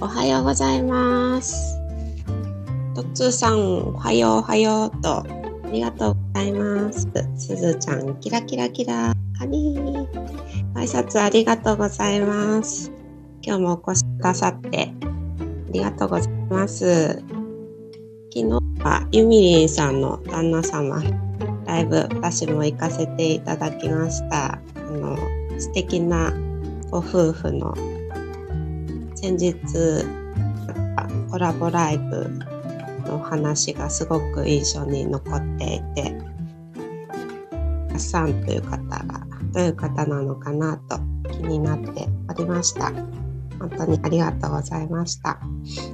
おはようございます。とつーさん、おはようおはようと、ありがとうございます。すずちゃん、キラキラキラ、カニー。ご挨拶ありがとうございます。今日もお越しくださって、ありがとうございます。昨日はゆみりんさんの旦那様、ライブ、私も行かせていただきました。素敵なご夫婦の先日コラボライブの話がすごく印象に残っていて、あっさんという方がどういう方なのかなと気になっておりました。本当にありがとうございました。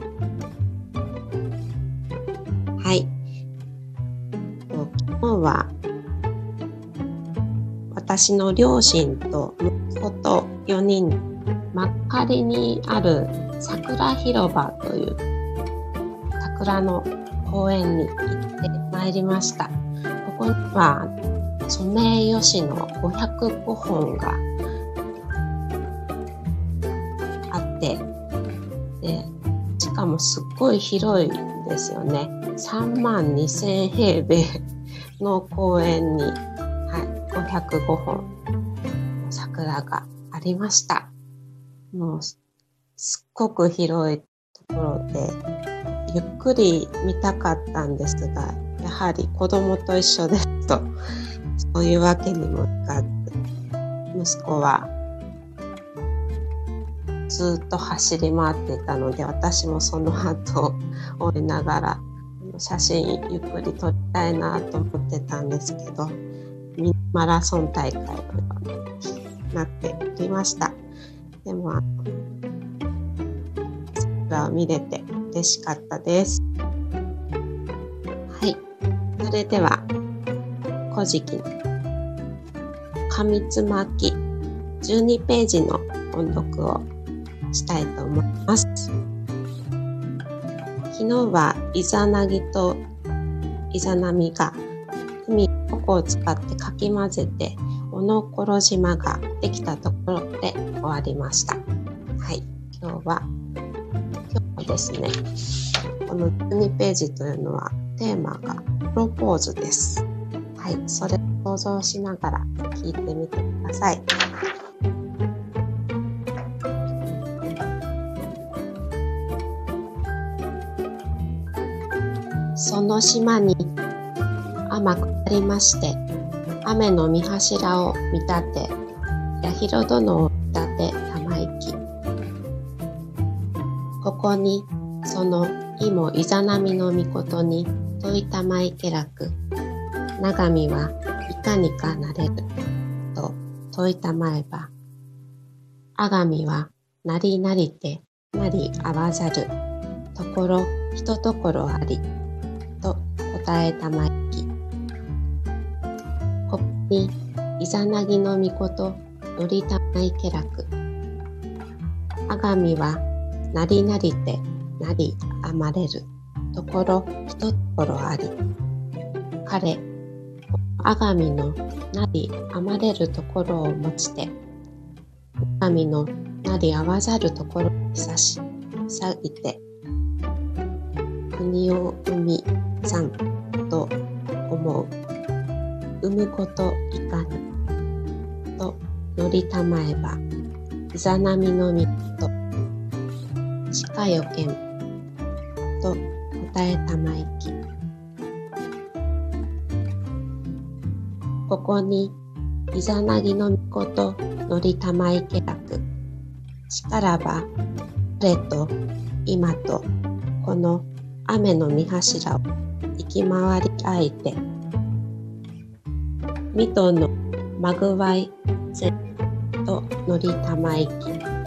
はい。昨日は私の両親と息子と4人、幕張にある桜広場という桜の公園に行ってまいりました。ここにはソメイヨシノ505本があって、でしかもすっごい広いんですよね。32,000平米の公園に、505本桜がありました。もうすっごく広いところでゆっくり見たかったんですが、やはり子供と一緒ですとそういうわけにもいかず、息子はずっと走り回っていたので、私もその後を追いながら写真ゆっくり撮りたいなと思ってたんですけど、マラソン大会のようになっておりました。でも桜を見れて嬉しかったです。はい。それでは古事記の上つまき12ページの音読をしたいと思います。昨日はイザナギとイザナミが海のこを使ってかき混ぜておのころ島ができたところで終わりました。はい。今日はですね、この12ページというのはテーマがプロポーズです。はい。それを想像しながら聞いてみてください。その島に天下りまして、雨の御柱を見立て、八尋殿を見立てたまいき。ここにそのいもいざなみのみことに問いたまいけらく、長身はいかにかなれると問いたまえば、あがみはなりなりてなりあわざるところひとところありと答えたまいき。ここにいざなぎのみことのりたまいけらく、あがみはなりなりてなりあまれるところひとところあり。彼、あがみのなりあまれるところをもちて、あがみのなりあわざるところにさし、さぎて、国を生みさんと思う。生むこといかにとのりたまえば、いざなみのみこと近よけんと答えたまいき。ここにいざなぎのみことのりたまいけらく、しからば彼と今とこの雨の御柱を行き回りあえて、水戸のまぐわいせとのりたまいき。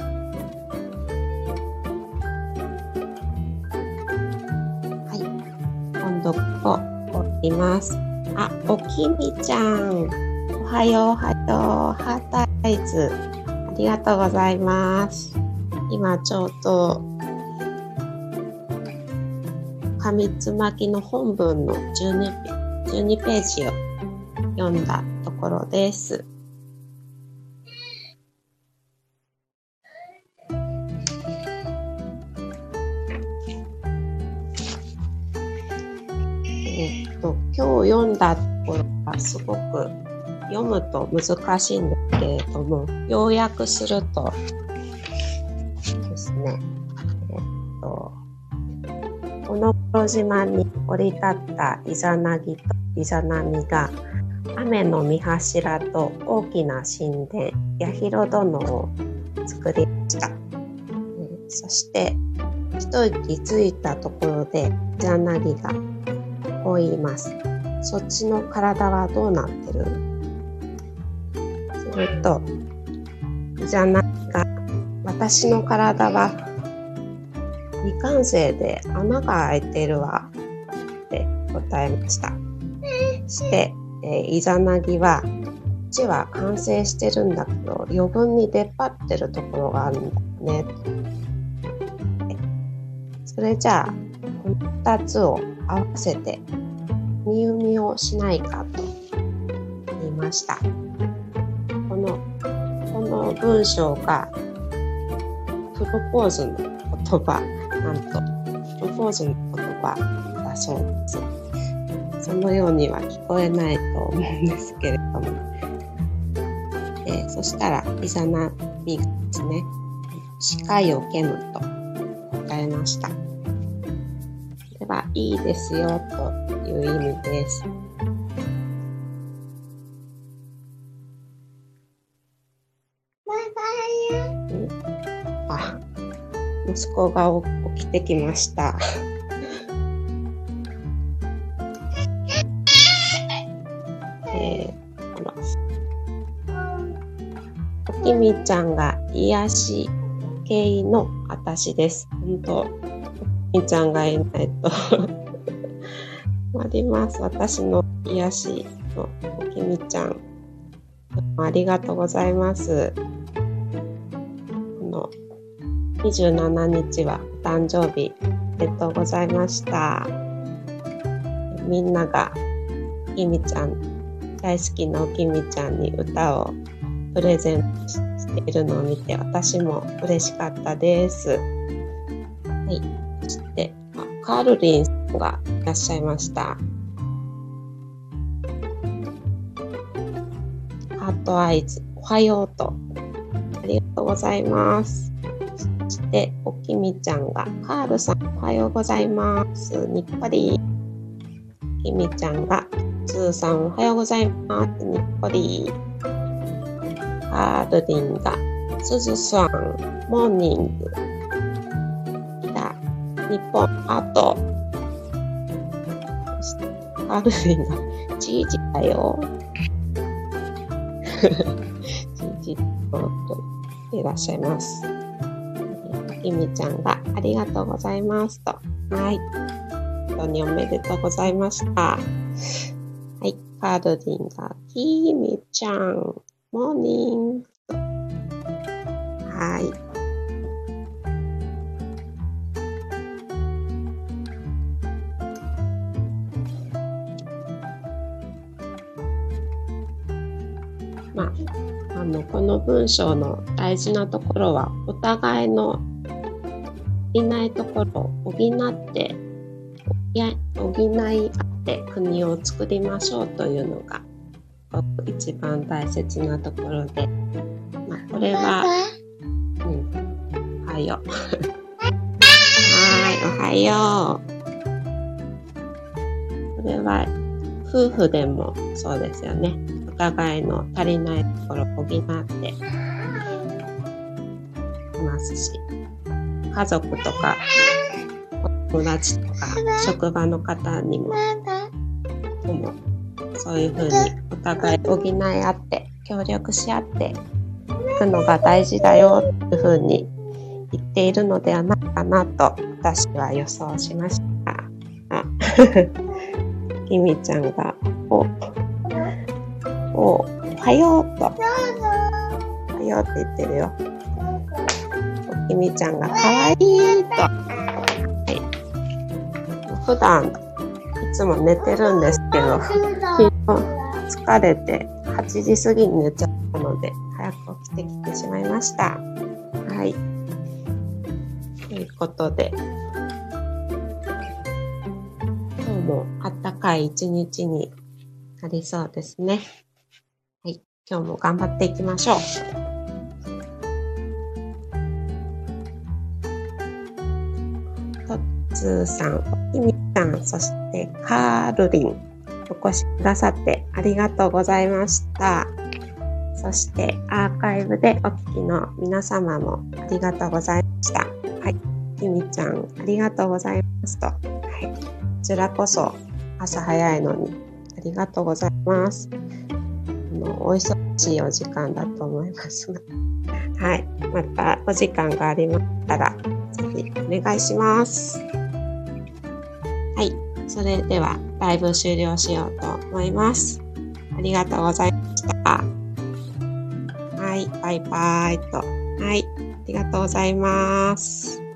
はい、今度終わります。あ、おきみちゃん、おはようおはよう、ハートアイズ、ありがとうございます。今ちょうど上つまきの本文の12ページを読んだところです。 今日読んだところはすごく読むと難しいんですけれども、要約するとですね、この黒島に降り立ったイザナギとイザナミが雨の御柱と大きな神殿ヤヒロ殿を作りました。そして一息ついたところでイザナギがこう言います。そっちの体はどうなってる？するとイザナギが私の体は未完成で穴が開いているわって答えました。そしてイザナギはこっちは完成してるんだけど余分に出っ張ってるところがあるんだよね。それじゃあこの2つを合わせて見産みをしないかと言いました。この文章がプロポーズの言葉、なんとプロポーズの言葉だそうです。そのようには聞こえないと思うんですけれども、そしたらイザナミがですね、視界をけぬと答えました。では、いいですよという意味です。息子が起きてきました。おきみちゃんが癒し系の私です。本当、おきみちゃんがいないとあります。私の癒しのおきみちゃん。ありがとうございます。27日はお誕生日おめでとうございました。みんながおきみちゃん、大好きなおきみちゃんに歌をプレゼントしているのを見て私も嬉しかったです。はい。そしてカールリンさんがいらっしゃいました。ハートアイズおはようとありがとうございます。そしておきみちゃんがカールさんおはようございます。にっこり。おきみちゃんがスーさんおはようございます。にっこり。カールリンがすずさんモーニング。日本アート。カールリンがじいじだよ。じいじといらっしゃいます。きみちゃんがありがとうございますと。はい。本当におめでとうございました。はい。カールリンがきみちゃん、モーニングと。はい。この文章の大事なところはお互いのいないところを補って補い合って国を作りましょうというのが一番大切なところで、これは、おはようはいおはよう。これは夫婦でもそうですよね。お互いの足りないところを補っていますし、家族とかお友達とか職場の方にもそういうふうにお互い補い合って協力し合っていくのが大事だよというふうに言っているのではないかなと私は予想しました。きみちゃんがおはようとおはようって言ってるよ。おきみちゃんがかわいいと、はい、普段いつも寝てるんですけど昨日疲れて8時過ぎに寝ちゃったので早く起きてきてしまいました。はい、ということで今日も暖かい一日になりそうですね。はい。今日も頑張っていきましょう。とっつーさん、おきみさん、そしてカールリン、お越しくださってありがとうございました。そしてアーカイブでお聞きの皆様もありがとうございました。はい。きみちゃん、ありがとうございますと。はい。こちらこそ朝早いのにありがとうございます。お忙しいお時間だと思いますが。はい。またお時間がありましたら、ぜひお願いします。はい。それでは、ライブ終了しようと思います。ありがとうございました。はい。バイバイと。はい。ありがとうございます。